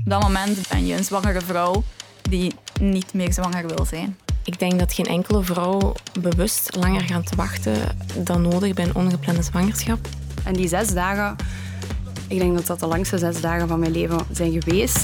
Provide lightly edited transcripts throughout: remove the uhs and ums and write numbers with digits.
dat moment ben je een zwangere vrouw die niet meer zwanger wil zijn. Ik denk dat geen enkele vrouw bewust langer gaat wachten dan nodig bij een ongeplande zwangerschap. En die 6 dagen, ik denk dat dat de langste 6 dagen van mijn leven zijn geweest.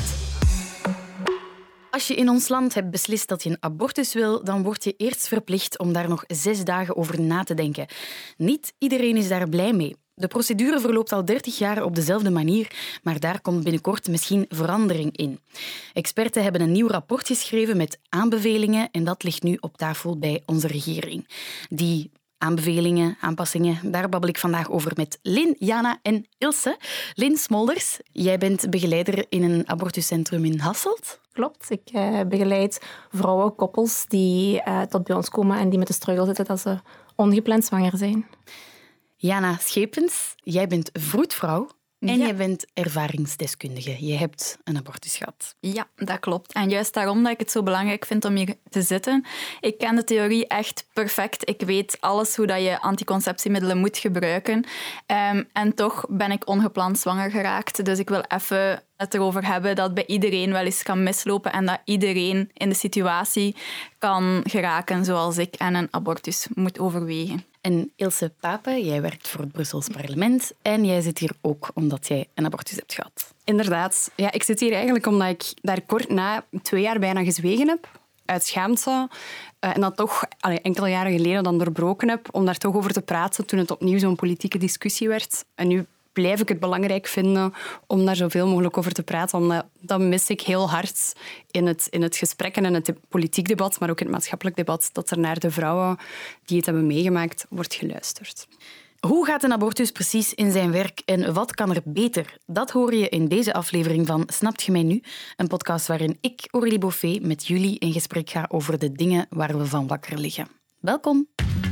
Als je in ons land hebt beslist dat je een abortus wil, dan word je eerst verplicht om daar nog 6 dagen over na te denken. Niet iedereen is daar blij mee. De procedure verloopt al 30 jaar op dezelfde manier, maar daar komt binnenkort misschien verandering in. Experten hebben een nieuw rapport geschreven met aanbevelingen en dat ligt nu op tafel bij onze regering. Die aanbevelingen, aanpassingen, daar babbel ik vandaag over met Lynn, Jana en Ilse. Lynn Smolders, jij bent begeleider in een abortuscentrum in Hasselt. Klopt, ik begeleid vrouwen, koppels die tot bij ons komen en die met de struggle zitten dat ze ongepland zwanger zijn. Jana Schepens, jij bent vroedvrouw en Ja. jij bent ervaringsdeskundige. Je hebt een abortus gehad. Ja, dat klopt. En juist daarom dat ik het zo belangrijk vind om hier te zitten. Ik ken de theorie echt perfect. Ik weet alles hoe dat je anticonceptiemiddelen moet gebruiken. En toch ben ik ongepland zwanger geraakt. Dus ik wil even het erover hebben dat bij iedereen wel eens kan mislopen en dat iedereen in de situatie kan geraken zoals ik en een abortus moet overwegen. En Ilse Pape, jij werkt voor het Brussels parlement en jij zit hier ook omdat jij een abortus hebt gehad. Inderdaad. Ja, ik zit hier eigenlijk omdat ik daar kort na 2 jaar bijna gezwegen heb. Uit schaamte. En dat toch enkele jaren geleden dan doorbroken heb om daar toch over te praten toen het opnieuw zo'n politieke discussie werd. En nu blijf ik het belangrijk vinden om daar zoveel mogelijk over te praten. Omdat dat mis ik heel hard in het gesprek en in het politiek debat, maar ook in het maatschappelijk debat, dat er naar de vrouwen die het hebben meegemaakt wordt geluisterd. Hoe gaat een abortus precies in zijn werk en wat kan er beter? Dat hoor je in deze aflevering van Snapt je mij nu? Een podcast waarin ik, Aurélie Boffé, met jullie in gesprek ga over de dingen waar we van wakker liggen. Welkom.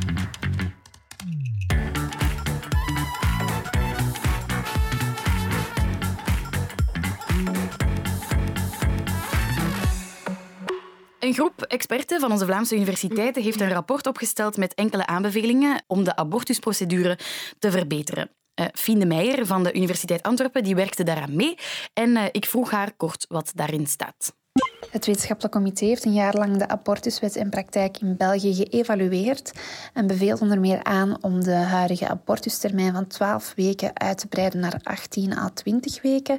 Een groep experten van onze Vlaamse universiteiten heeft een rapport opgesteld met enkele aanbevelingen om de abortusprocedure te verbeteren. Fien de Meijer van de Universiteit Antwerpen die werkte daaraan mee en ik vroeg haar kort wat daarin staat. Het wetenschappelijk comité heeft een jaar lang de abortuswet en praktijk in België geëvalueerd en beveelt onder meer aan om de huidige abortustermijn van 12 weken uit te breiden naar 18 à 20 weken.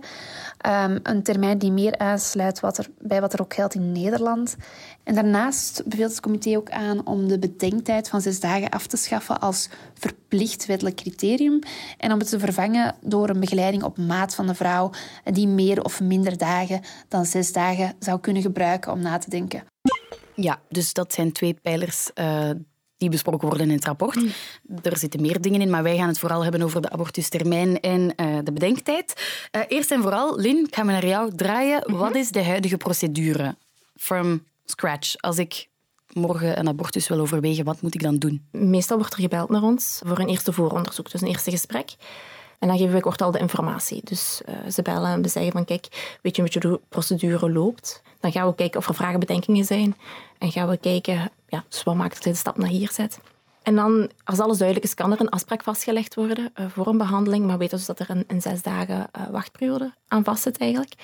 Een termijn die meer aansluit bij wat er ook geldt in Nederland. En daarnaast beveelt het comité ook aan om de bedenktijd van 6 dagen af te schaffen als verplicht wettelijk criterium en om het te vervangen door een begeleiding op maat van de vrouw die meer of minder dagen dan 6 dagen zou kunnen gebruiken om na te denken. Ja, dus dat zijn 2 pijlers die besproken worden in het rapport. Er zitten meer dingen in, maar wij gaan het vooral hebben over de abortustermijn en de bedenktijd. Eerst en vooral, Lynn, ik ga me naar jou draaien. Wat is de huidige procedure? From scratch. Als ik morgen een abortus wil overwegen, wat moet ik dan doen? Meestal wordt er gebeld naar ons voor een eerste vooronderzoek, dus een eerste gesprek. En dan geven we kort al de informatie. Dus ze bellen en we zeggen van kijk, weet je hoe de procedure loopt? Dan gaan we kijken of er vragen, bedenkingen zijn. En gaan we kijken, dus wat maakt dat hij de stap naar hier zet. En dan, als alles duidelijk is, kan er een afspraak vastgelegd worden voor een behandeling. Maar weet dus dat er een 6 dagen wachtperiode aan vastzit eigenlijk.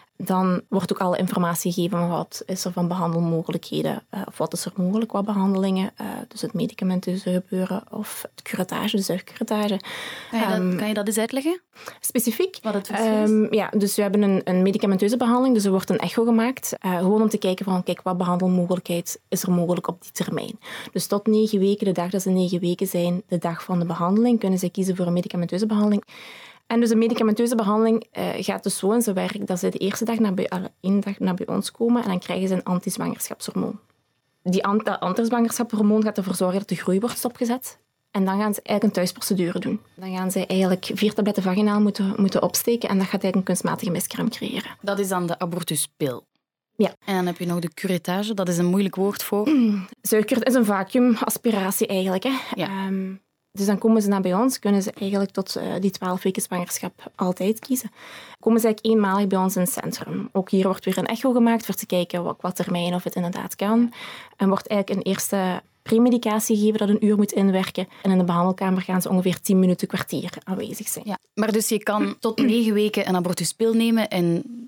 Dan wordt ook alle informatie gegeven van wat is er van behandelmogelijkheden of wat is er mogelijk qua behandelingen. Dus het medicamenteuze gebeuren of het curettage, de zuigcurettage. Kan je dat eens uitleggen? Specifiek? Wat het verschil is? Ja, dus we hebben een medicamenteuze behandeling, dus er wordt een echo gemaakt. Gewoon om te kijken van, kijk, wat behandelmogelijkheid is er mogelijk op die termijn. Dus tot 9 weken, de dag dat ze 9 weken zijn, de dag van de behandeling, kunnen ze kiezen voor een medicamenteuze behandeling. En dus de medicamenteuze behandeling gaat dus zo in zijn werk dat ze de eerste dag één dag naar bij ons komen en dan krijgen ze een antizwangerschapshormoon. Die antizwangerschapshormoon gaat ervoor zorgen dat de groei wordt stopgezet. En dan gaan ze eigenlijk een thuisprocedure doen. Dan gaan ze eigenlijk 4 tabletten vaginaal moeten opsteken en dat gaat eigenlijk een kunstmatige miskraam creëren. Dat is dan de abortuspil. Ja. En dan heb je nog de curettage, dat is een moeilijk woord voor. Zuigcurettage is een vacuumaspiratie eigenlijk. Hè. Ja. Dus dan komen ze naar bij ons, kunnen ze eigenlijk tot die 12 weken zwangerschap altijd kiezen. Komen ze eigenlijk eenmalig bij ons in het centrum. Ook hier wordt weer een echo gemaakt voor te kijken wat termijn of het inderdaad kan. En wordt eigenlijk een eerste premedicatie gegeven dat 1 uur moet inwerken. En in de behandelkamer gaan ze ongeveer 10 minuten, kwartier aanwezig zijn. Ja. Maar dus je kan tot 9 weken een abortuspil nemen en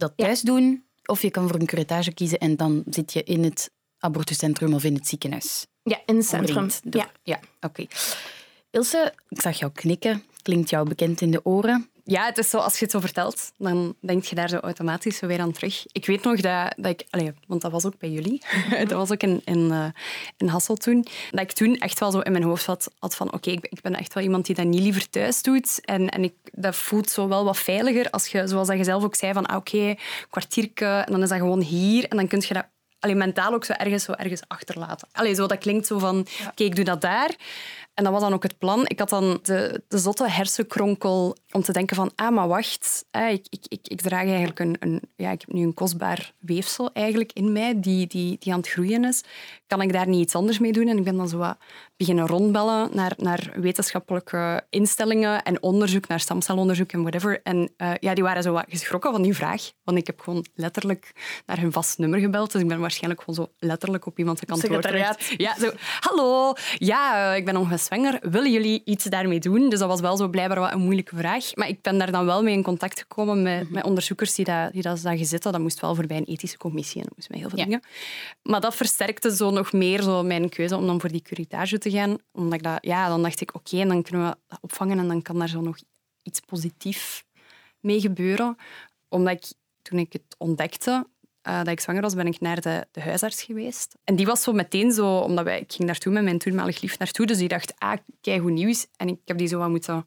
dat thuis doen, of je kan voor een curettage kiezen en dan zit je in het abortuscentrum of in het ziekenhuis. Ja, in het centrum. Omringd door- Ja, oké. Ilse, ik zag jou knikken. Klinkt jou bekend in de oren? Ja, het is zo, als je het zo vertelt, dan denk je daar zo automatisch zo weer aan terug. Ik weet nog dat ik... want dat was ook bij jullie. Dat was ook in Hasselt toen. Dat ik toen echt wel zo in mijn hoofd had van oké, ik ben echt wel iemand die dat niet liever thuis doet. En dat voelt zo wel wat veiliger als je, zoals je zelf ook zei, van oké, kwartiertje, en dan is dat gewoon hier. En dan kun je dat mentaal ook zo ergens achterlaten. Zo, dat klinkt zo van oké, ik doe dat daar. En dat was dan ook het plan. Ik had dan de zotte hersenkronkel om te denken van maar wacht, ik draag eigenlijk ik heb nu een kostbaar weefsel eigenlijk in mij die aan het groeien is. Kan ik daar niet iets anders mee doen? En ik ben dan zo wat beginnen rondbellen naar wetenschappelijke instellingen en onderzoek, naar stamcelonderzoek en whatever. En die waren zo wat geschrokken van die vraag. Want ik heb gewoon letterlijk naar hun vast nummer gebeld. Dus ik ben waarschijnlijk gewoon zo letterlijk op iemand kantoor terecht. Ja, zo, hallo, ik ben nog zwanger. Willen jullie iets daarmee doen? Dus dat was wel zo blijkbaar wat een moeilijke vraag. Maar ik ben daar dan wel mee in contact gekomen met onderzoekers die dat zagen zitten. Dat moest wel voorbij een ethische commissie en dat moest met heel veel dingen. Maar dat versterkte zo nog meer zo mijn keuze om dan voor die curettage te gaan. Omdat ik dan dacht ik, oké, dan kunnen we dat opvangen en dan kan daar zo nog iets positiefs mee gebeuren. Omdat ik, toen ik het ontdekte, dat ik zwanger was, ben ik naar de huisarts geweest. En die was zo meteen zo... ik ging daartoe met mijn toenmalig lief naartoe, dus die dacht, keigoed nieuws. En ik heb die zo wat moeten...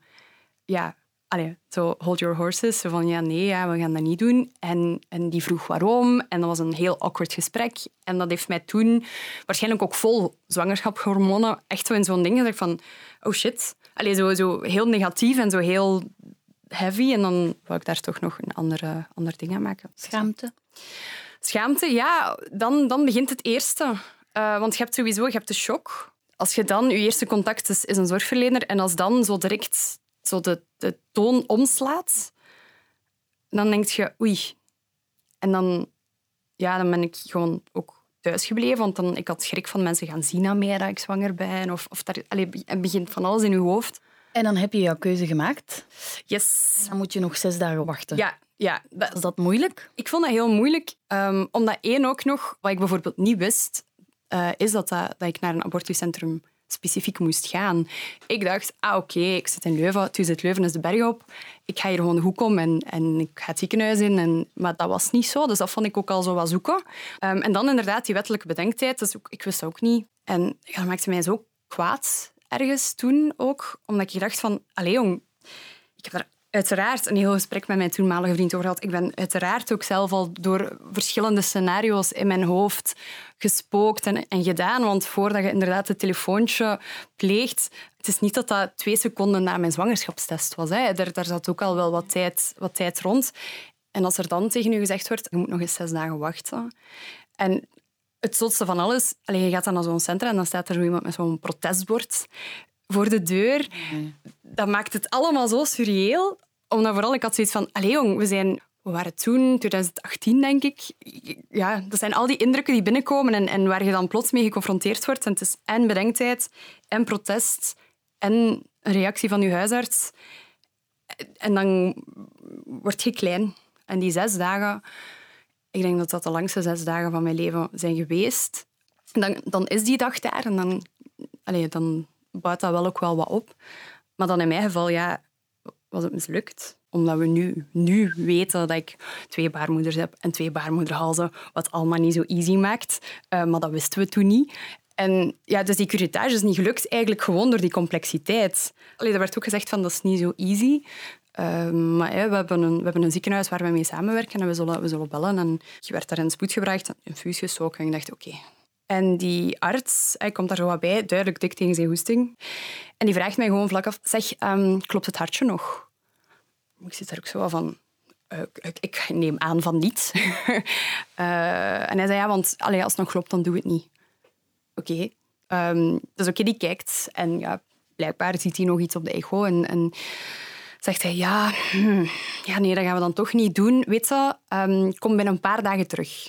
zo hold your horses. Zo van, we gaan dat niet doen. En die vroeg waarom. En dat was een heel awkward gesprek. En dat heeft mij toen, waarschijnlijk ook vol zwangerschapshormonen, echt zo in zo'n ding gezegd van, oh shit. Zo heel negatief en zo heel heavy. En dan wou ik daar toch nog een ander ding aan maken. Schaamte, ja. Dan begint het eerste. Want je hebt de shock. Als je dan... Je eerste contact is een zorgverlener. En als dan zo direct zo de toon omslaat, dan denk je, oei. En dan ben ik gewoon ook thuisgebleven. Want ik had schrik van mensen gaan zien aan mij dat ik zwanger ben. Het begint van alles in je hoofd. En dan heb je jouw keuze gemaakt. Yes. En dan moet je nog 6 dagen wachten. Ja. Is dat moeilijk? Ik vond dat heel moeilijk. Omdat ook nog, wat ik bijvoorbeeld niet wist, is dat ik naar een abortuscentrum specifiek moest gaan. Ik dacht, oké, ik zit in Leuven. Tu zit Leuven is de berg op. Ik ga hier gewoon de hoek om en ik ga het ziekenhuis in. Maar dat was niet zo, dus dat vond ik ook al zo wat zoeken. En dan inderdaad die wettelijke bedenktijd. Dus ik wist dat ook niet. En dat maakte mij zo kwaad ergens toen ook. Omdat ik dacht van, jong, ik heb daar uiteraard een heel gesprek met mijn toenmalige vriend over gehad. Ik ben uiteraard ook zelf al door verschillende scenario's in mijn hoofd gespookt en gedaan. Want voordat je inderdaad het telefoontje pleegt... Het is niet dat 2 seconden na mijn zwangerschapstest was. Hè. Daar zat ook al wel wat tijd rond. En als er dan tegen je gezegd wordt, je moet nog eens 6 dagen wachten. En het zotste van alles, je gaat dan naar zo'n centrum en dan staat er zo iemand met zo'n protestbord voor de deur. Dat maakt het allemaal zo surreëel. Omdat vooral ik had zoiets van, jong, we waren toen, 2018 denk ik. Ja, dat zijn al die indrukken die binnenkomen en waar je dan plots mee geconfronteerd wordt. En het is en bedenktijd, en protest, en een reactie van je huisarts. En dan word je klein. En die 6 dagen, ik denk dat dat de langste 6 dagen van mijn leven zijn geweest. En dan is die dag daar en dan bouwt dat wel ook wel wat op. Maar dan in mijn geval, was het mislukt. Omdat we nu weten dat ik 2 baarmoeders heb en 2 baarmoederhalzen, wat allemaal niet zo easy maakt. Maar dat wisten we toen niet. En dus die curettage is niet gelukt, eigenlijk gewoon door die complexiteit. Er werd ook gezegd van, dat is niet zo easy. Maar we hebben een ziekenhuis waar we mee samenwerken en we zullen bellen. En je werd daar in spoed gebracht, een infuus gestoken en ik dacht, oké. En die arts, hij komt daar zo wat bij, duidelijk dik tegen zijn hoesting. En die vraagt mij gewoon vlak af, zeg, klopt het hartje nog? Ik zit daar ook zo van, ik neem aan van niet. En hij zei, want als het nog klopt, dan doe het niet. Oké. Dus die kijkt en blijkbaar ziet hij nog iets op de echo en zegt hij, nee, dat gaan we dan toch niet doen. Weet je, kom binnen een paar dagen terug.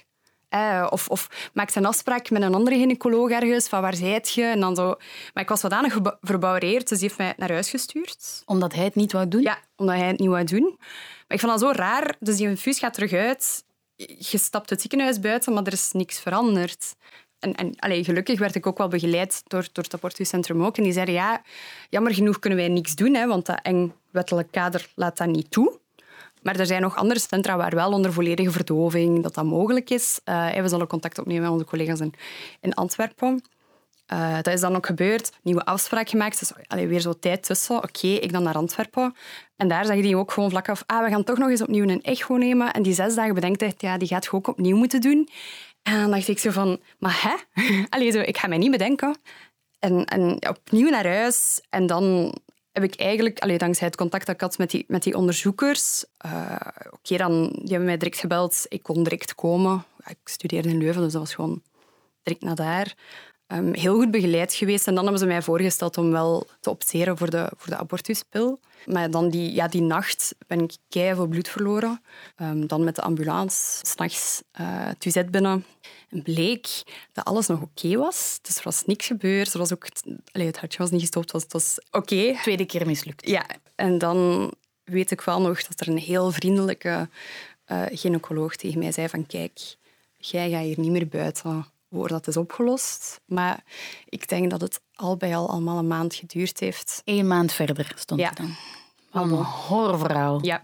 Of maak een afspraak met een andere gynaecoloog ergens, van waar zijt je? En dan zo. Maar ik was zodanig verbouwereerd, dus die heeft mij naar huis gestuurd. Omdat hij het niet wou doen? Ja, omdat hij het niet wou doen. Maar ik vond dat zo raar. Dus die infuus gaat terug uit. Je stapt het ziekenhuis buiten, maar er is niks veranderd. En gelukkig werd ik ook wel begeleid door het abortuscentrum ook. En die zeiden, ja, jammer genoeg kunnen wij niks doen, hè, want dat eng wettelijk kader laat dat niet toe. Maar er zijn nog andere centra waar wel onder volledige verdoving dat mogelijk is. We zullen contact opnemen met onze collega's in Antwerpen. Dat is dan ook gebeurd. Nieuwe afspraak gemaakt. Dus weer zo tijd tussen. Oké, ik dan naar Antwerpen. En daar zag je ook gewoon vlak af. We gaan toch nog eens opnieuw een echo nemen. En die 6 dagen bedenktijd, die gaat je ook opnieuw moeten doen. En dan dacht ik zo van, maar hè? Ik ga mij niet bedenken. En opnieuw naar huis. En dan heb ik eigenlijk, dankzij het contact dat ik had met die onderzoekers, die hebben mij direct gebeld. Ik kon direct komen. Ik studeerde in Leuven, dus dat was gewoon direct naar daar. Heel goed begeleid geweest. En dan hebben ze mij voorgesteld om wel te opteren voor de abortuspil. Maar dan die nacht ben ik keiveel bloed verloren. Dan met de ambulance, 's nachts het UZ binnen. En bleek dat alles nog oké was. Dus er was niks gebeurd. Er was ook het hartje was niet gestopt. Het was oké. Tweede keer mislukt. Ja, en dan weet ik wel nog dat er een heel vriendelijke gynaecoloog tegen mij zei van kijk, jij gaat hier niet meer buiten voordat het is opgelost. Maar ik denk dat het al bij al allemaal een maand geduurd heeft. 1 maand verder stond het dan. Wat een horrorverhaal. Ja.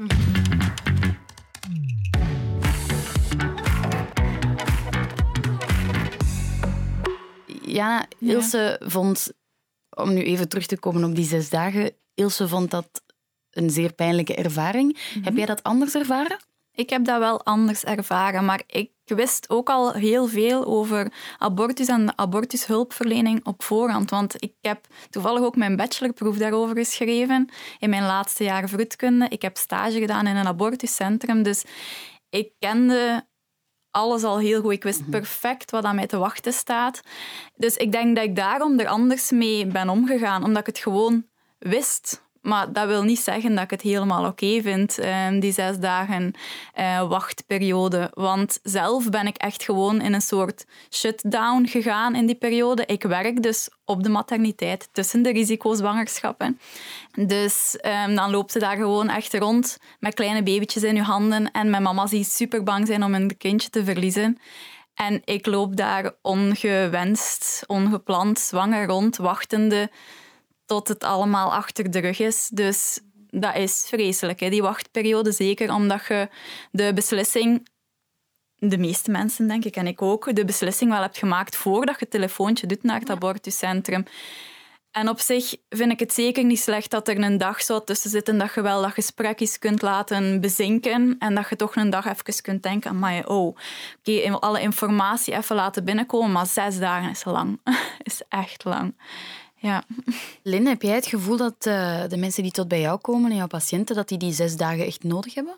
Ja, Ilse vond, om nu even terug te komen op die 6 dagen, Ilse vond dat een zeer pijnlijke ervaring. Heb jij dat anders ervaren? Ik heb dat wel anders ervaren, maar ik wist ook al heel veel over abortus en de abortushulpverlening op voorhand. Want ik heb toevallig ook mijn bachelorproef daarover geschreven in mijn laatste jaar vroedkunde. Ik heb stage gedaan in een abortuscentrum, dus ik kende alles al heel goed. Ik wist perfect wat aan mij te wachten staat. Dus ik denk dat ik daarom er anders mee ben omgegaan, omdat ik het gewoon wist. Maar dat wil niet zeggen dat ik het helemaal oké vind, die 6 dagen wachtperiode. Want zelf ben ik echt gewoon in een soort shutdown gegaan in die periode. Ik werk dus op de materniteit tussen de risicozwangerschappen. Dus dan loopt ze daar gewoon echt rond met kleine babytjes in je handen en met mama's die super bang zijn om hun kindje te verliezen. En ik loop daar ongewenst, ongepland, zwanger rond, wachtende tot het allemaal achter de rug is. Dus dat is vreselijk, hè? Die wachtperiode. Zeker omdat je de beslissing, de meeste mensen denk ik, en ik ook, de beslissing wel hebt gemaakt voordat je het telefoontje doet naar het abortuscentrum. En op zich vind ik het zeker niet slecht dat er een dag zou tussen zitten dat je wel dat gesprek eens kunt laten bezinken en dat je toch een dag even kunt denken, amai, oké, alle informatie even laten binnenkomen, maar 6 dagen is lang. Is echt lang. Ja. Lynn, heb jij het gevoel dat de mensen die tot bij jou komen en jouw patiënten, dat die 6 dagen echt nodig hebben?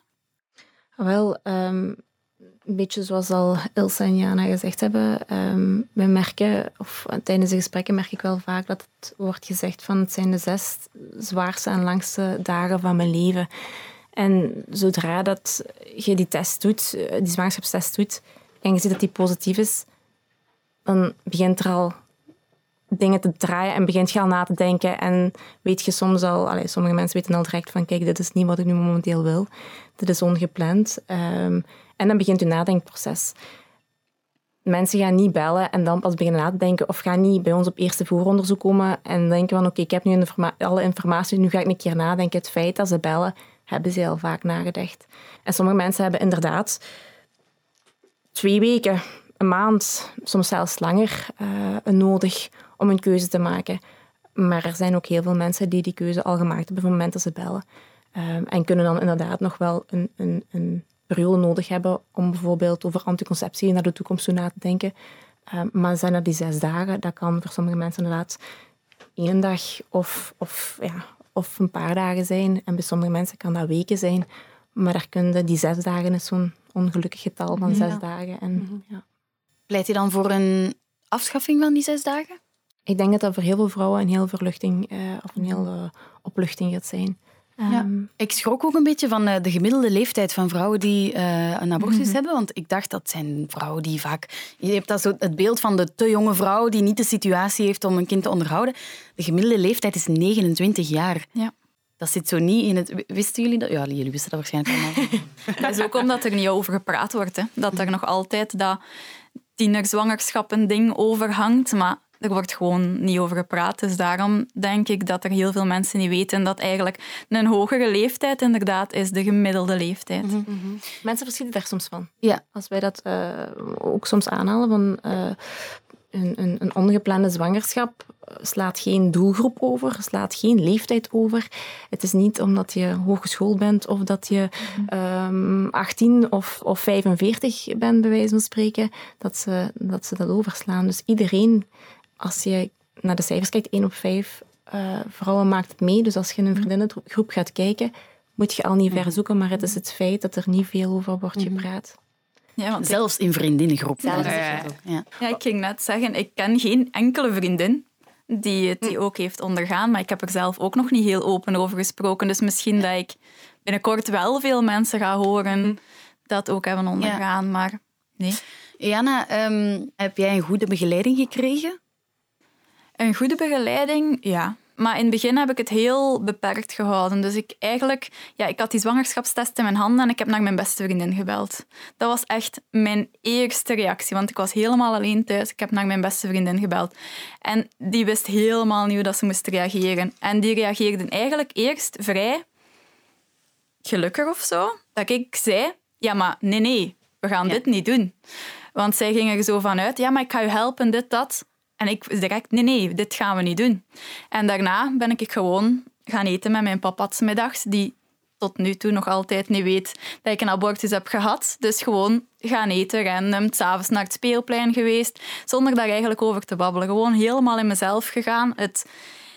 Wel, een beetje zoals al Ilse en Jana gezegd hebben, we merken, of tijdens de gesprekken merk ik wel vaak dat het wordt gezegd van het zijn de 6 zwaarste en langste dagen van mijn leven. En zodra dat je die test doet, die zwangerschapstest doet, en je ziet dat die positief is, dan begint er al dingen te draaien en begint je al na te denken en weet je soms al, sommige mensen weten al direct van kijk, dit is niet wat ik nu momenteel wil. Dit is ongepland. En dan begint je nadenkproces. Mensen gaan niet bellen en dan pas beginnen na te denken of gaan niet bij ons op eerste vooronderzoek komen en denken van oké, ik heb nu alle informatie, nu ga ik een keer nadenken. Het feit dat ze bellen, hebben ze al vaak nagedacht. En sommige mensen hebben inderdaad 2 weken, een maand, soms zelfs langer nodig om een keuze te maken. Maar er zijn ook heel veel mensen die die keuze al gemaakt hebben op het moment dat ze bellen. En kunnen dan inderdaad nog wel een periode nodig hebben om bijvoorbeeld over anticonceptie naar de toekomst toe na te denken. Maar zijn er die 6 dagen, dat kan voor sommige mensen inderdaad 1 dag of een paar dagen zijn. En bij sommige mensen kan dat weken zijn. Maar daar kunnen die 6 dagen is zo'n ongelukkig getal van 6 dagen. En, ja. Pleit je dan voor een afschaffing van die 6 dagen? Ik denk dat dat voor heel veel vrouwen een heel verluchting of een heel opluchting gaat zijn. Ja. Ik schrok ook een beetje van de gemiddelde leeftijd van vrouwen die een abortus hebben. Want ik dacht dat zijn vrouwen die vaak... Je hebt dat zo het beeld van de te jonge vrouw die niet de situatie heeft om een kind te onderhouden. De gemiddelde leeftijd is 29 jaar. Ja. Dat zit zo niet in het... Wisten jullie dat? Ja, jullie wisten dat waarschijnlijk allemaal. Dat is ook omdat er niet over gepraat wordt. Hè. Dat er nog altijd dat tienerzwangerschap een ding overhangt, maar er wordt gewoon niet over gepraat. Dus daarom denk ik dat er heel veel mensen niet weten dat eigenlijk een hogere leeftijd inderdaad is de gemiddelde leeftijd. Mm-hmm. Mensen verschieten daar soms van. Ja. Als wij dat ook soms aanhalen van een ongeplande zwangerschap slaat geen doelgroep over, slaat geen leeftijd over. Het is niet omdat je hogeschool bent of dat je 18 of 45 bent, bij wijze van spreken, dat ze dat overslaan. Dus iedereen, als je naar de cijfers kijkt, 1 op 5 vrouwen maakt het mee. Dus als je in een vriendinnengroep gaat kijken, moet je al niet ver zoeken, maar het is het feit dat er niet veel over wordt gepraat. Ja, want Zelfs in vriendinnengroep. Ja, ik ging net zeggen, ik ken geen enkele vriendin die het ook heeft ondergaan, maar ik heb er zelf ook nog niet heel open over gesproken. Dus misschien dat ik binnenkort wel veel mensen ga horen dat ook hebben ondergaan, maar nee. Jana, heb jij een goede begeleiding gekregen? Een goede begeleiding, ja. Maar in het begin heb ik het heel beperkt gehouden. Dus ik had die zwangerschapstest in mijn handen en ik heb naar mijn beste vriendin gebeld. Dat was echt mijn eerste reactie, want ik was helemaal alleen thuis. Ik heb naar mijn beste vriendin gebeld. En die wist helemaal niet hoe dat ze moest reageren. En die reageerden eigenlijk eerst vrij gelukkig of zo. Dat ik zei, ja, maar nee, we gaan dit niet doen. Want zij gingen er zo vanuit, ja, maar ik ga je helpen, dit, dat. En ik direct, nee, dit gaan we niet doen. En daarna ben ik gewoon gaan eten met mijn papa 's middags, die tot nu toe nog altijd niet weet dat ik een abortus heb gehad. Dus gewoon gaan eten, random, 's avonds naar het speelplein geweest, zonder daar eigenlijk over te babbelen. Gewoon helemaal in mezelf gegaan, het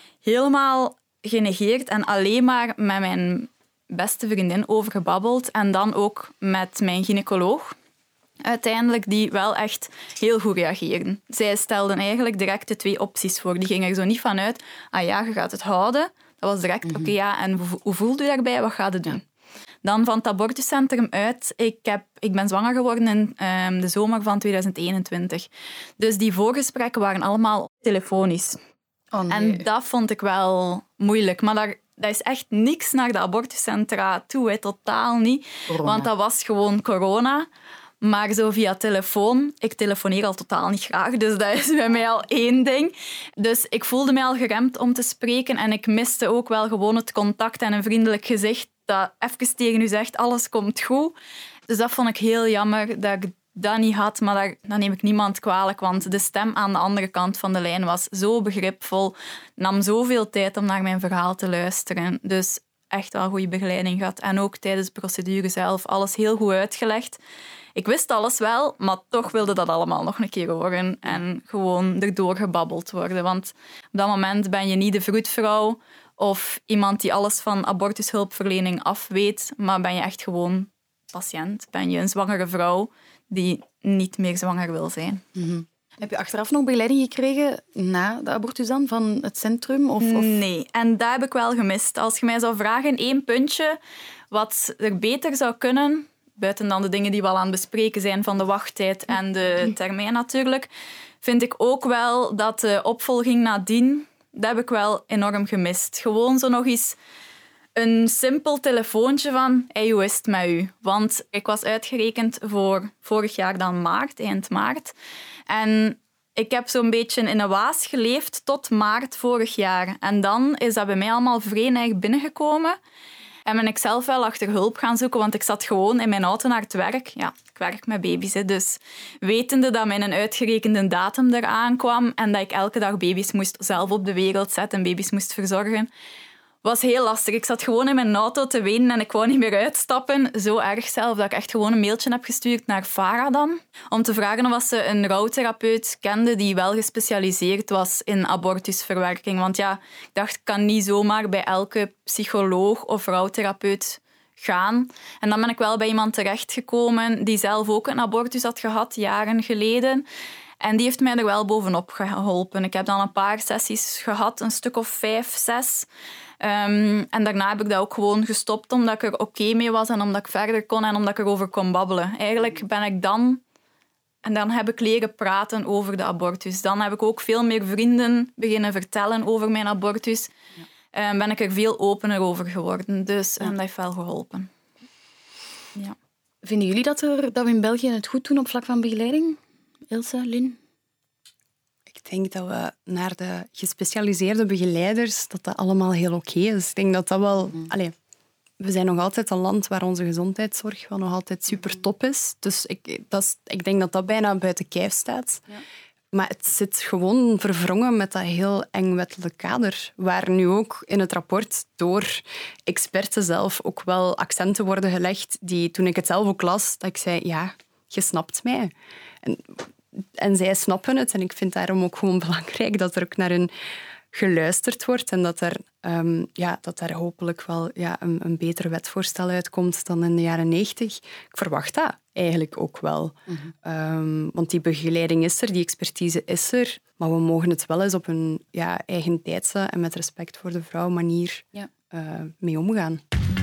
helemaal genegeerd en alleen maar met mijn beste vriendin over gebabbeld. En dan ook met mijn gynaecoloog. Uiteindelijk die wel echt heel goed reageerden. Zij stelden eigenlijk direct de 2 opties voor. Die gingen er zo niet vanuit, je gaat het houden. Dat was direct, en hoe voelt u daarbij? Wat gaat u doen? Dan van het abortuscentrum uit. Ik ben zwanger geworden in de zomer van 2021. Dus die voorgesprekken waren allemaal telefonisch. Oh, nee. En dat vond ik wel moeilijk. Maar dat is echt niks naar de abortuscentra toe, hè. Totaal niet. Corona. Want dat was gewoon corona. Maar zo via telefoon, ik telefoneer al totaal niet graag, dus dat is bij mij al 1 ding. Dus ik voelde mij al geremd om te spreken en ik miste ook wel gewoon het contact en een vriendelijk gezicht dat even tegen u zegt, alles komt goed. Dus dat vond ik heel jammer dat ik dat niet had, maar dat neem ik niemand kwalijk, want de stem aan de andere kant van de lijn was zo begripvol, nam zoveel tijd om naar mijn verhaal te luisteren. Dus echt wel goede begeleiding gehad. En ook tijdens de procedure zelf, alles heel goed uitgelegd. Ik wist alles wel, maar toch wilde dat allemaal nog een keer horen en gewoon erdoor gebabbeld worden. Want op dat moment ben je niet de vroedvrouw of iemand die alles van abortushulpverlening af weet, maar ben je echt gewoon patiënt. Ben je een zwangere vrouw die niet meer zwanger wil zijn. Mm-hmm. Heb je achteraf nog begeleiding gekregen na de abortus dan, van het centrum? Of? Nee, en dat heb ik wel gemist. Als je mij zou vragen, 1 puntje wat er beter zou kunnen, buiten dan de dingen die we al aan het bespreken zijn van de wachttijd en de termijn natuurlijk, vind ik ook wel dat de opvolging nadien, dat heb ik wel enorm gemist. Gewoon zo nog eens een simpel telefoontje van, hey, hoe is het met u? Want ik was uitgerekend voor vorig jaar dan maart, eind maart. En ik heb zo'n beetje in een waas geleefd tot maart vorig jaar. En dan is dat bij mij allemaal vrij neig binnengekomen. En ben ik zelf wel achter hulp gaan zoeken, want ik zat gewoon in mijn auto naar het werk. Ja, ik werk met baby's, hè, dus wetende dat mijn uitgerekende datum eraan kwam en dat ik elke dag baby's moest zelf op de wereld zetten en baby's moest verzorgen, was heel lastig. Ik zat gewoon in mijn auto te wenen en ik wou niet meer uitstappen. Zo erg zelf dat ik echt gewoon een mailtje heb gestuurd naar Farah dan, om te vragen of ze een rouwtherapeut kende die wel gespecialiseerd was in abortusverwerking. Want ja, ik dacht, ik kan niet zomaar bij elke psycholoog of rouwtherapeut gaan. En dan ben ik wel bij iemand terechtgekomen die zelf ook een abortus had gehad, jaren geleden. En die heeft mij er wel bovenop geholpen. Ik heb dan een paar sessies gehad, een stuk of 5, 6. En daarna heb ik dat ook gewoon gestopt omdat ik er oké mee was en omdat ik verder kon en omdat ik erover kon babbelen. Eigenlijk ben ik dan... En dan heb ik leren praten over de abortus. Dan heb ik ook veel meer vrienden beginnen vertellen over mijn abortus. Ja. ben ik er veel opener over geworden. Dus dat heeft wel geholpen. Ja. Vinden jullie dat we in België het goed doen op vlak van begeleiding? Ilse, Lynn? Ik denk dat we naar de gespecialiseerde begeleiders, dat allemaal heel oké is. Ik denk dat wel... We zijn nog altijd een land waar onze gezondheidszorg wel nog altijd super top is. Dus ik denk dat bijna buiten kijf staat. Ja. Maar het zit gewoon verwrongen met dat heel eng wettelijk kader. Waar nu ook in het rapport door experten zelf ook wel accenten worden gelegd die, toen ik het zelf ook las, dat ik zei, ja, je snapt mij. En zij snappen het. En ik vind daarom ook gewoon belangrijk dat er ook naar hun geluisterd wordt en dat daar hopelijk wel een beter wetvoorstel uitkomt dan in de jaren 90. Ik verwacht dat eigenlijk ook wel. Want die begeleiding is er, die expertise is er, maar we mogen het wel eens op een eigen tijdse en met respect voor de vrouw manier mee omgaan.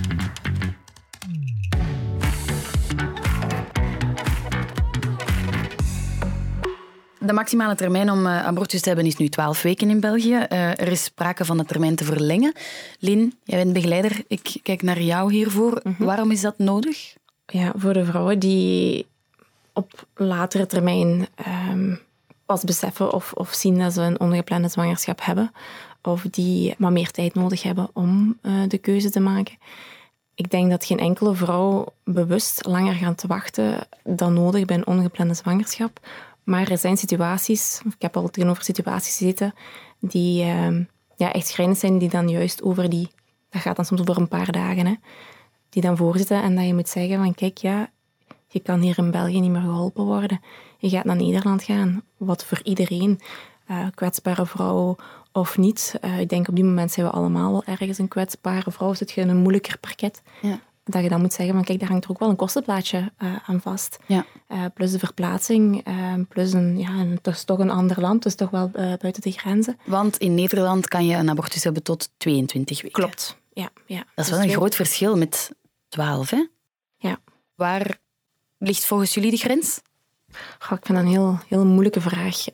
De maximale termijn om abortus te hebben is nu 12 weken in België. Er is sprake van de termijn te verlengen. Lynn, jij bent begeleider. Ik kijk naar jou hiervoor. Waarom is dat nodig? Ja, voor de vrouwen die op latere termijn pas beseffen of zien dat ze een ongeplande zwangerschap hebben, of die maar meer tijd nodig hebben om de keuze te maken. Ik denk dat geen enkele vrouw bewust langer gaat wachten dan nodig bij een ongeplande zwangerschap. Maar er zijn situaties, ik heb al tegenover situaties gezeten, die echt schrijnend zijn, die dan juist dat gaat dan soms over een paar dagen, hè, die dan voorzitten en dat je moet zeggen van kijk, je kan hier in België niet meer geholpen worden. Je gaat naar Nederland gaan, wat voor iedereen, kwetsbare vrouw of niet. Ik denk op die moment zijn we allemaal wel ergens een kwetsbare vrouw, zit je in een moeilijker parket. Ja. Dat je dan moet zeggen van kijk, daar hangt er ook wel een kostenplaatje aan vast. Ja. Plus de verplaatsing, plus het is toch een ander land, dus toch wel buiten de grenzen. Want in Nederland kan je een abortus hebben tot 22 weken. Klopt, ja. Dat is wel een groot verschil met 12, hè? Ja. Waar ligt volgens jullie de grens? Ik vind dat een heel, heel moeilijke vraag.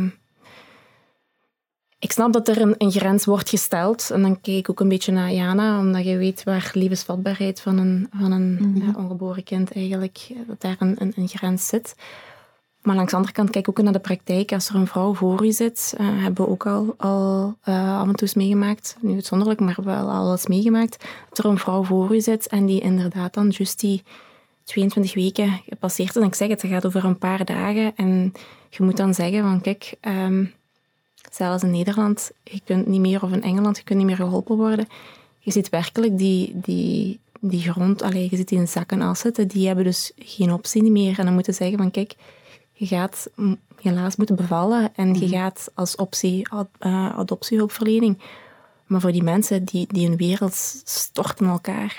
Ik snap dat er een grens wordt gesteld. En dan kijk ik ook een beetje naar Jana, omdat je weet waar levensvatbaarheid van een ongeboren kind eigenlijk, dat daar een grens zit. Maar langs de andere kant kijk ik ook naar de praktijk. Als er een vrouw voor je zit, hebben we ook al af en toe eens meegemaakt, nu uitzonderlijk, maar wel al eens meegemaakt, dat er een vrouw voor je zit en die inderdaad dan juist die 22 weken gepasseerd is. En ik zeg het gaat over een paar dagen. En je moet dan zeggen van kijk, zelfs in Nederland, je kunt niet meer, of in Engeland, je kunt niet meer geholpen worden. Je ziet werkelijk die grond, je ziet die in zak en as zitten, die hebben dus geen optie meer. En dan moeten zeggen van kijk, je gaat helaas moeten bevallen en je gaat als optie adoptiehulpverlening. Maar voor die mensen, die hun wereld stort in elkaar.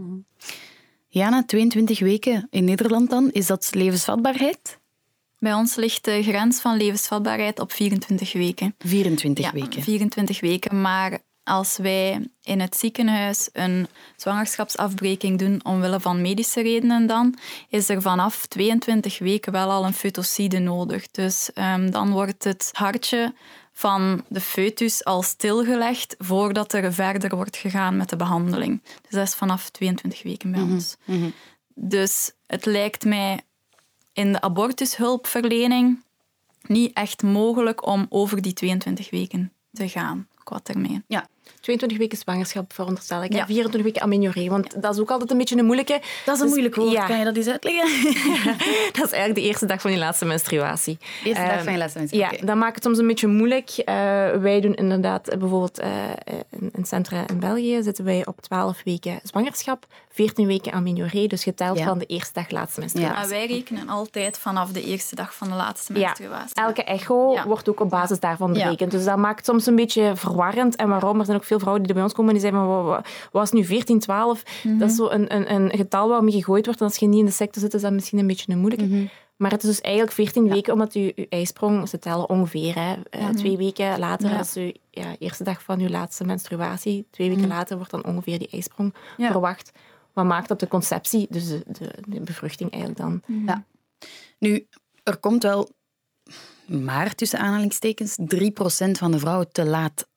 Jana, 22 weken in Nederland dan, is dat levensvatbaarheid? Bij ons ligt de grens van levensvatbaarheid op 24 weken. 24 weken? 24 weken. Maar als wij in het ziekenhuis een zwangerschapsafbreking doen omwille van medische redenen dan, is er vanaf 22 weken wel al een fetocide nodig. Dus dan wordt het hartje van de foetus al stilgelegd voordat er verder wordt gegaan met de behandeling. Dus dat is vanaf 22 weken bij ons. Dus het lijkt mij in de abortushulpverlening niet echt mogelijk om over die 22 weken te gaan qua termijn. Ja. 22 weken zwangerschap, veronderstel ik. Ja. 24 weken amenorrhee, want dat is ook altijd een beetje een moeilijke. Dat is een moeilijk woord. Ja. Kan je dat eens uitleggen? Dat is eigenlijk de eerste dag van je laatste menstruatie. Eerste dag van je laatste menstruatie. Ja, dat maakt het soms een beetje moeilijk. Wij doen inderdaad bijvoorbeeld in centra in België zitten wij op 12 weken zwangerschap, 14 weken amenorrhee, dus geteld van de eerste dag laatste menstruatie. Ja, wij rekenen altijd vanaf de eerste dag van de laatste menstruatie. Elke echo wordt ook op basis daarvan berekend. Dus dat maakt het soms een beetje verwarrend. En waarom? Er zijn ook veel vrouwen die bij ons komen en die zeggen van, wat is nu 14, 12? Dat is zo een getal waarmee gegooid wordt. En als je niet in de sector zit, is dat misschien een beetje een moeilijke. Maar het is dus eigenlijk 14 weken, omdat je ijsprong, ze tellen ongeveer. 2 weken later is je eerste dag van je laatste menstruatie. 2 weken later wordt dan ongeveer die ijsprong verwacht. Wat maakt op de conceptie, dus de bevruchting eigenlijk dan. Ja. Nu, er komt wel maar tussen aanhalingstekens 3% van de vrouwen te laat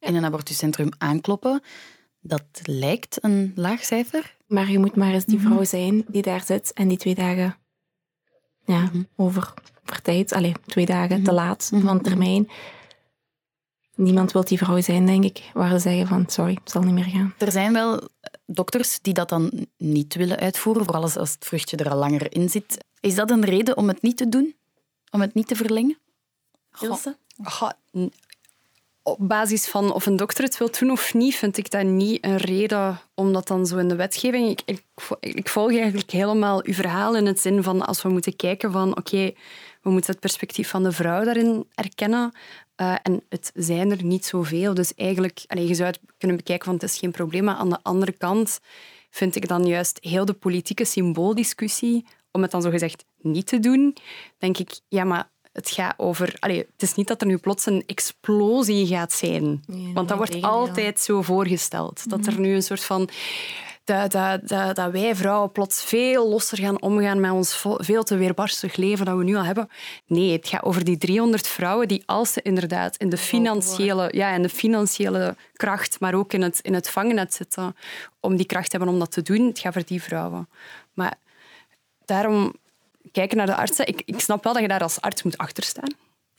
in een abortuscentrum aankloppen. Dat lijkt een laag cijfer. Maar je moet maar eens die vrouw zijn die daar zit en die 2 dagen over tijd, 2 dagen te laat van termijn. Niemand wil die vrouw zijn, denk ik, waar ze zeggen van sorry, het zal niet meer gaan. Er zijn wel dokters die dat dan niet willen uitvoeren, vooral als het vruchtje er al langer in zit. Is dat een reden om het niet te doen? Om het niet te verlengen? Ilse? Op basis van of een dokter het wil doen of niet, vind ik dat niet een reden om dat dan zo in de wetgeving... Ik volg eigenlijk helemaal uw verhaal in het zin van als we moeten kijken van oké, we moeten het perspectief van de vrouw daarin erkennen. En het zijn er niet zoveel. Dus eigenlijk, je zou het kunnen bekijken van het is geen probleem, maar aan de andere kant vind ik dan juist heel de politieke symbooldiscussie, om het dan zogezegd niet te doen, denk ik, ja, maar het gaat over... het is niet dat er nu plots een explosie gaat zijn. Nee, want dat wordt altijd zo voorgesteld. Dat er nu een soort van... Dat wij vrouwen plots veel losser gaan omgaan met ons veel te weerbarstig leven dat we nu al hebben. Nee, het gaat over die 300 vrouwen die als ze inderdaad in de financiële kracht, maar ook in het vangnet zitten, om die kracht te hebben om dat te doen, het gaat voor die vrouwen. Maar daarom... Kijken naar de artsen. Ik snap wel dat je daar als arts moet achterstaan.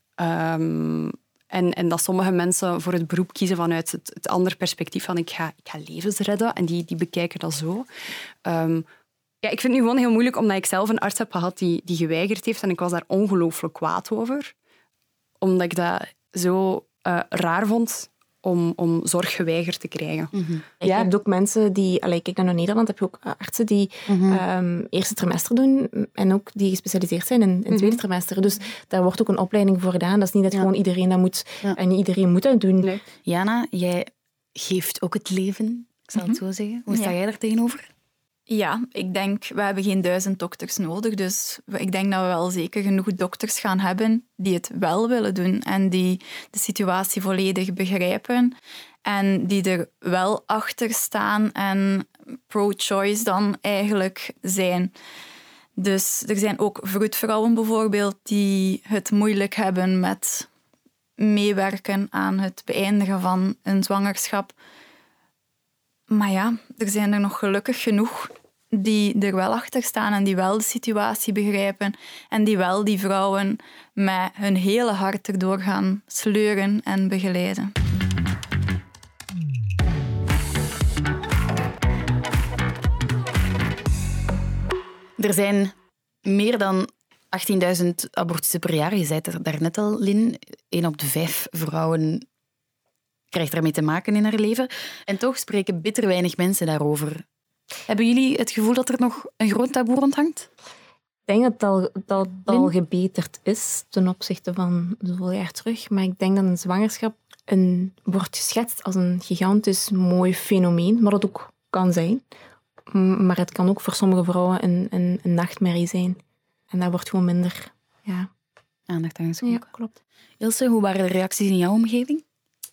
En dat sommige mensen voor het beroep kiezen vanuit het andere perspectief van ik ga levens redden. En die bekijken dat zo. Ik vind het nu gewoon heel moeilijk, omdat ik zelf een arts heb gehad die geweigerd heeft. En ik was daar ongelooflijk kwaad over. Omdat ik dat zo raar vond om zorg geweigerd te krijgen. Je hebt ook mensen die... Kijk naar Nederland, heb je ook artsen die eerste trimester doen en ook die gespecialiseerd zijn in tweede trimester. Dus daar wordt ook een opleiding voor gedaan. Dat is niet dat gewoon iedereen dat moet en niet iedereen moet dat doen. Nee. Jana, jij geeft ook het leven, ik zal het zo zeggen. Hoe sta jij daar tegenover? Ja, ik denk, we hebben geen 1000 dokters nodig. Dus ik denk dat we wel zeker genoeg dokters gaan hebben die het wel willen doen en die de situatie volledig begrijpen en die er wel achter staan en pro-choice dan eigenlijk zijn. Dus er zijn ook vroedvrouwen bijvoorbeeld die het moeilijk hebben met meewerken aan het beëindigen van een zwangerschap. Maar ja, er zijn er nog gelukkig genoeg die er wel achter staan en die wel de situatie begrijpen en die wel die vrouwen met hun hele hart erdoor gaan sleuren en begeleiden. Er zijn meer dan 18.000 abortussen per jaar. Je zei het daarnet al, Lin. 1 op de 5 vrouwen krijgt ermee te maken in haar leven. En toch spreken bitter weinig mensen daarover. Hebben jullie het gevoel dat er nog een groot taboe rondhangt? Ik denk dat het al gebeterd is ten opzichte van zoveel jaar terug. Maar ik denk dat een zwangerschap wordt geschetst als een gigantisch mooi fenomeen, wat het ook kan zijn. Maar het kan ook voor sommige vrouwen een nachtmerrie zijn. En daar wordt gewoon minder aandacht aan geschonken. Ja, klopt. Ilse, hoe waren de reacties in jouw omgeving?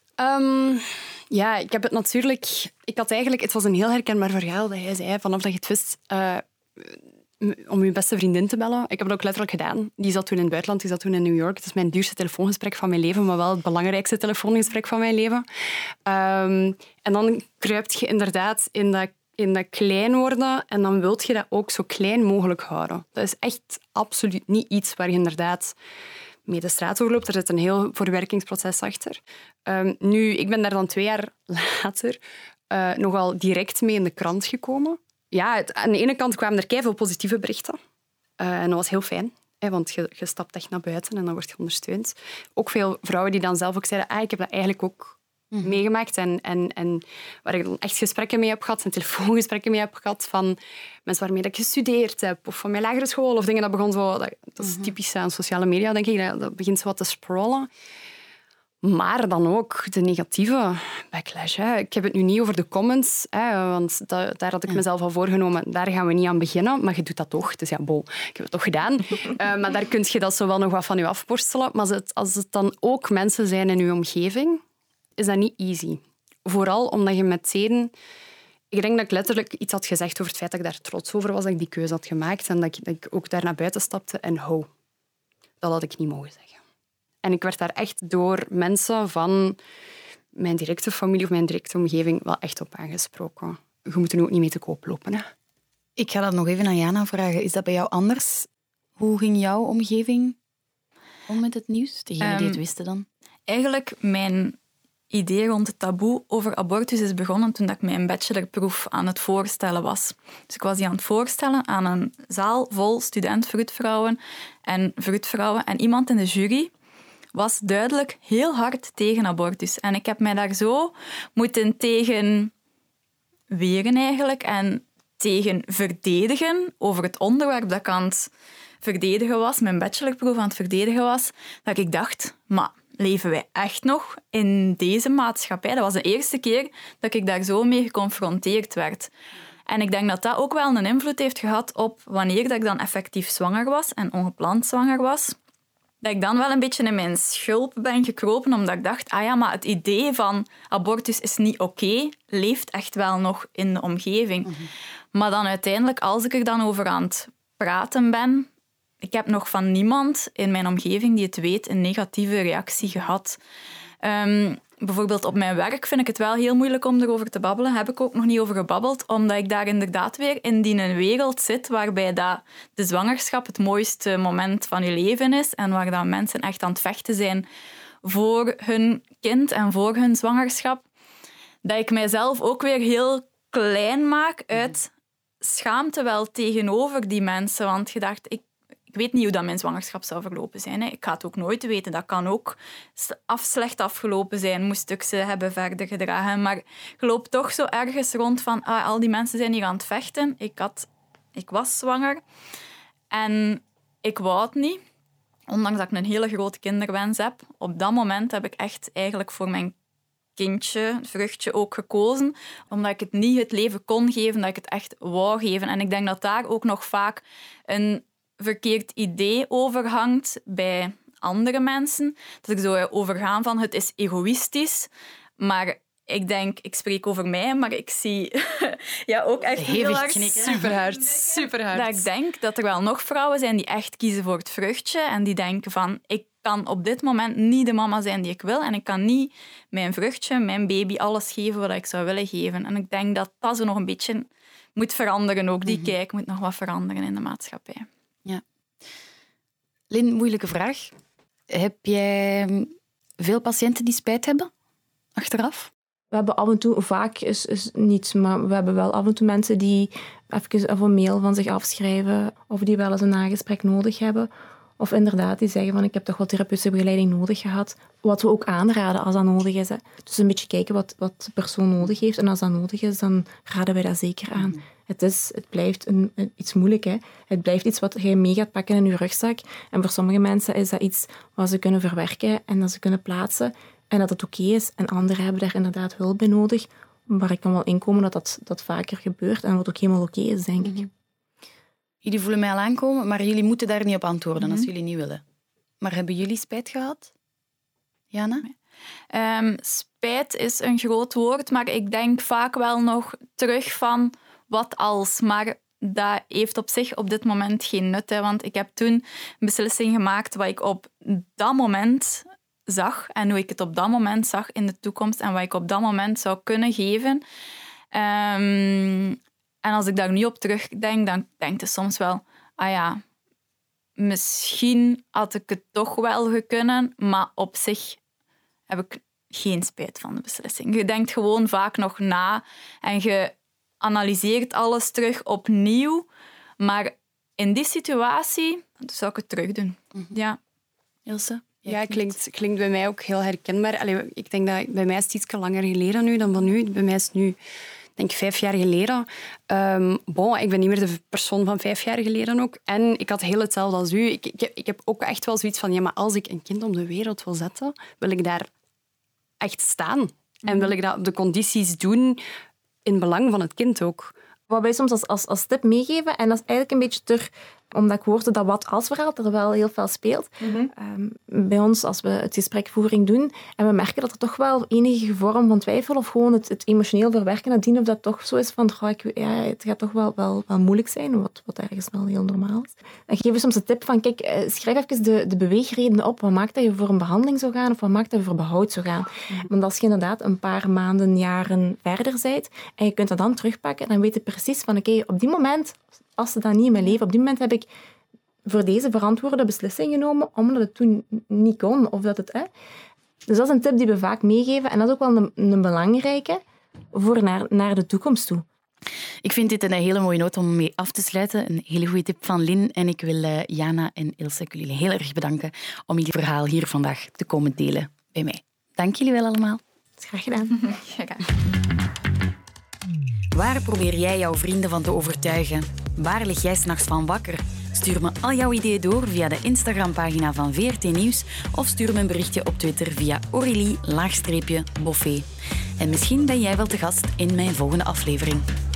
Ik heb het natuurlijk... Het was een heel herkenbaar verhaal dat jij zei, vanaf dat je het wist, om je beste vriendin te bellen. Ik heb het ook letterlijk gedaan. Die zat toen in het buitenland, die zat toen in New York. Het is mijn duurste telefoongesprek van mijn leven, maar wel het belangrijkste telefoongesprek van mijn leven. En dan kruipt je inderdaad in dat klein worden en dan wilt je dat ook zo klein mogelijk houden. Dat is echt absoluut niet iets waar je inderdaad mee de straat overloopt. Er zit een heel verwerkingsproces achter. Nu, ik ben daar dan 2 jaar later nogal direct mee in de krant gekomen. Ja, aan de ene kant kwamen er keiveel positieve berichten. En dat was heel fijn, want je stapt echt naar buiten en dan word je ondersteund. Ook veel vrouwen die dan zelf ook zeiden, ik heb dat eigenlijk ook meegemaakt en waar ik dan echt gesprekken mee heb gehad en telefoongesprekken mee heb gehad van mensen waarmee ik gestudeerd heb of van mijn lagere school of dingen. Dat begon zo... Dat is typisch aan sociale media, denk ik. Dat begint zo wat te scrollen. Maar dan ook de negatieve backlash. Ik heb het nu niet over de comments, want daar had ik mezelf al voorgenomen. Daar gaan we niet aan beginnen, maar je doet dat toch. Dus ja, ik heb het toch gedaan. Maar daar kun je dat zo wel nog wat van je afborstelen. Maar als het dan ook mensen zijn in je omgeving, is dat niet easy. Vooral omdat je meteen... Ik denk dat ik letterlijk iets had gezegd over het feit dat ik daar trots over was, dat ik die keuze had gemaakt en dat ik ook daar naar buiten stapte en dat had ik niet mogen zeggen. En ik werd daar echt door mensen van mijn directe familie of mijn directe omgeving wel echt op aangesproken. Je moet er ook niet mee te koop lopen. Hè. Ik ga dat nog even aan Jana vragen. Is dat bij jou anders? Hoe ging jouw omgeving om met het nieuws? Degenen die het wisten dan? Eigenlijk, mijn idee rond het taboe over abortus is begonnen toen ik mijn bachelorproef aan het voorstellen was. Dus ik was die aan het voorstellen aan een zaal vol student-vroedvrouwen en vroedvrouwen. En iemand in de jury was duidelijk heel hard tegen abortus. En ik heb mij daar zo moeten tegen weren eigenlijk en tegen verdedigen over het onderwerp dat ik aan het verdedigen was, mijn bachelorproef aan het verdedigen was, dat ik dacht, maar leven wij echt nog in deze maatschappij? Dat was de eerste keer dat ik daar zo mee geconfronteerd werd. En ik denk dat dat ook wel een invloed heeft gehad op wanneer dat ik dan effectief zwanger was en ongepland zwanger was. Dat ik dan wel een beetje in mijn schulp ben gekropen, omdat ik dacht, maar het idee van abortus is niet oké, leeft echt wel nog in de omgeving. Mm-hmm. Maar dan uiteindelijk, als ik er dan over aan het praten ben, ik heb nog van niemand in mijn omgeving die het weet een negatieve reactie gehad. Bijvoorbeeld op mijn werk vind ik het wel heel moeilijk om erover te babbelen. Heb ik ook nog niet over gebabbeld, omdat ik daar inderdaad weer in die wereld zit waarbij dat de zwangerschap het mooiste moment van je leven is en waar dat mensen echt aan het vechten zijn voor hun kind en voor hun zwangerschap. Dat ik mijzelf ook weer heel klein maak uit schaamte wel tegenover die mensen. Want je dacht, ik weet niet hoe dat mijn zwangerschap zou verlopen zijn. Hè. Ik ga het ook nooit weten. Dat kan ook slecht afgelopen zijn, moest ik ze hebben verder gedragen. Maar je loopt toch zo ergens rond van al die mensen zijn hier aan het vechten. Ik was zwanger. En ik wou het niet. Ondanks dat ik een hele grote kinderwens heb. Op dat moment heb ik echt eigenlijk voor mijn kindje, vruchtje ook gekozen. Omdat ik het niet het leven kon geven, dat ik het echt wou geven. En ik denk dat daar ook nog vaak een verkeerd idee overhangt bij andere mensen. Dat ik zo overgaan van het is egoïstisch, maar ik denk, ik spreek over mij, maar ik zie ook echt heel hard Superhard. Dat ik denk dat er wel nog vrouwen zijn die echt kiezen voor het vruchtje en die denken van, ik kan op dit moment niet de mama zijn die ik wil en ik kan niet mijn vruchtje, mijn baby, alles geven wat ik zou willen geven. En ik denk dat dat zo nog een beetje moet veranderen. Ook die kijk moet nog wat veranderen in de maatschappij. Ja. Lynn, moeilijke vraag. Heb jij veel patiënten die spijt hebben achteraf? We hebben af en toe, vaak is niets, maar we hebben wel af en toe mensen die even een mail van zich afschrijven of die wel eens een nagesprek nodig hebben. Of inderdaad, die zeggen van ik heb toch wel therapeutische begeleiding nodig gehad. Wat we ook aanraden als dat nodig is. Hè. Dus een beetje kijken wat de persoon nodig heeft. En als dat nodig is, dan raden wij dat zeker aan. Het blijft iets moeilijk. Hè. Het blijft iets wat je mee gaat pakken in je rugzak. En voor sommige mensen is dat iets wat ze kunnen verwerken en dat ze kunnen plaatsen. En dat het oké is. En anderen hebben daar inderdaad hulp bij nodig. Maar ik kan wel inkomen dat vaker gebeurt. En wat ook helemaal oké is, denk ik. Jullie voelen mij al aankomen, maar jullie moeten daar niet op antwoorden als jullie niet willen. Maar hebben jullie spijt gehad? Jana? Spijt is een groot woord, maar ik denk vaak wel nog terug van wat als. Maar dat heeft op zich op dit moment geen nut. Hè, want ik heb toen een beslissing gemaakt wat ik op dat moment zag en hoe ik het op dat moment zag in de toekomst en wat ik op dat moment zou kunnen geven. En als ik daar nu op terugdenk, dan denk ik soms wel, misschien had ik het toch wel gekunnen, maar op zich heb ik geen spijt van de beslissing. Je denkt gewoon vaak nog na en je analyseert alles terug opnieuw, maar in die situatie zou ik het terug doen. Ja. Ilse? Ja, klinkt bij mij ook heel herkenbaar. Allee, ik denk dat bij mij is het iets langer geleden nu dan van nu. Bij mij is het nu, denk ik, 5 jaar geleden. Ik ben niet meer de persoon van 5 jaar geleden ook. En ik had heel hetzelfde als u. Ik heb ook echt wel zoiets van, maar als ik een kind op de wereld wil zetten, wil ik daar echt staan. En wil ik dat de condities doen in belang van het kind ook. Wat wij soms als tip meegeven, en dat is eigenlijk een beetje Omdat ik hoorde dat wat-als-verhaal er wel heel veel speelt. Bij ons, als we het gesprekvoering doen, en we merken dat er toch wel enige vorm van twijfel of gewoon het emotioneel verwerken nadien, of dat toch zo is van, het gaat toch wel moeilijk zijn, wat ergens wel heel normaal is. Dan geven we soms de tip van, kijk, schrijf even de beweegredenen op. Wat maakt dat je voor een behandeling zou gaan of wat maakt dat je voor behoud zou gaan? Want als je inderdaad een paar maanden, jaren verder bent en je kunt dat dan terugpakken, dan weet je precies van, oké, op die moment, als ze dat niet in mijn leven, op die moment heb ik voor deze verantwoorde beslissing genomen, omdat het toen niet kon. Of dat het, Dus dat is een tip die we vaak meegeven. En dat is ook wel een belangrijke voor naar de toekomst toe. Ik vind dit een hele mooie noot om mee af te sluiten. Een hele goede tip van Lynn. En ik wil Jana en Ilse jullie heel erg bedanken om jullie verhaal hier vandaag te komen delen bij mij. Dank jullie wel allemaal. Graag gedaan. Waar probeer jij jouw vrienden van te overtuigen? Waar lig jij 's nachts van wakker? Stuur me al jouw ideeën door via de Instagram-pagina van VRT Nieuws of stuur me een berichtje op Twitter via Aurélie_Boffé. En misschien ben jij wel te gast in mijn volgende aflevering.